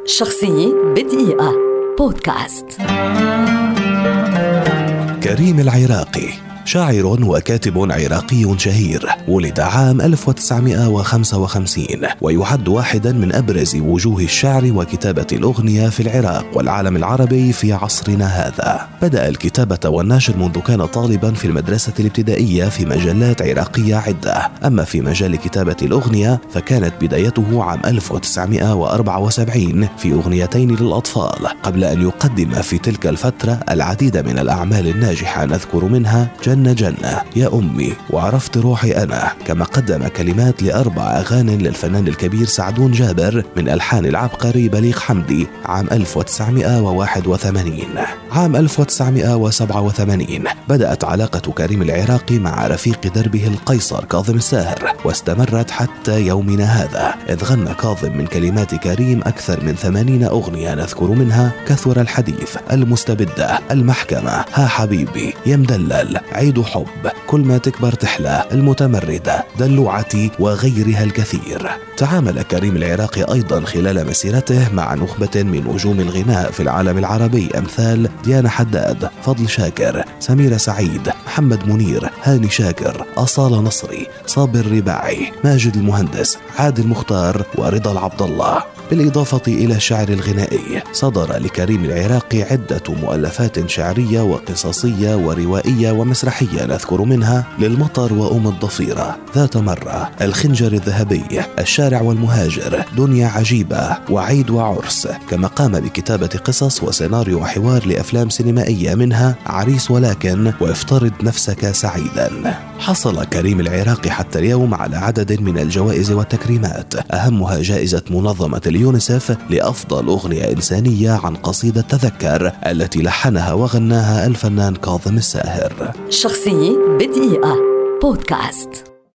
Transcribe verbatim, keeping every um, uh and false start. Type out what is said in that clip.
شخصية بدقيقة بودكاست. كريم العراقي شاعر وكاتب عراقي شهير، ولد عام ألف وتسعمائة وخمسة وخمسين، ويعد واحدا من أبرز وجوه الشعر وكتابة الأغنية في العراق والعالم العربي في عصرنا هذا. بدأ الكتابة والنشر منذ كان طالبا في المدرسة الابتدائية في مجلات عراقية عدة. أما في مجال كتابة الأغنية فكانت بدايته عام ألف وتسعمائة وأربعة وسبعين في أغنيتين للأطفال، قبل أن يقدم في تلك الفترة العديد من الأعمال الناجحة، نذكر منها جنة جنة، يا أمي، وعرفت روحي أنا، كما قدم كلمات لأربع أغاني للفنان الكبير سعدون جابر من ألحان العبقري بليغ حمدي عام ألف وتسعمائة وواحد وثمانين. عام ألف وتسعمائة وسبعة وثمانين بدأت علاقة كريم العراقي مع رفيق دربه القيصر كاظم الساهر، واستمرت حتى يومنا هذا، إذ غنى كاظم من كلمات كريم أكثر من ثمانين أغنية، نذكر منها كثر الحديث، المستبدة، المحكمة، ها حبيبي، يا مدلل، عيد حب، كل ما تكبر تحلى، المتمردة، دلوعتي، وغيرها الكثير. تعامل كريم العراقي أيضا خلال مسيرته مع نخبة من نجوم الغناء في العالم العربي، أمثال ديانا حداد، فضل شاكر، سميرة سعيد، محمد منير، هاني شاكر، أصالة نصري، صابر رباعي، ماجد المهندس، عادل مختار، ورضا العبد الله. بالإضافة إلى الشعر الغنائي، صدر لكريم العراقي عدة مؤلفات شعرية وقصصية وروائية ومسرحية، نذكر منها للمطر وأم الضفيرة، ذات مرة، الخنجر الذهبي، الشارع والمهاجر، دنيا عجيبة، وعيد وعرس. كما قام بكتابة قصص وسيناريو وحوار لأفلام سينمائية، منها عريس ولكن، وافترض نفسك سعيدا. حصل كريم العراقي حتى اليوم على عدد من الجوائز والتكريمات، أهمها جائزة منظمة اليونيسف لأفضل أغنية إنسانية عن قصيدة تذكر، التي لحنها وغناها الفنان كاظم الساهر. شخصية بدقيقة بودكاست.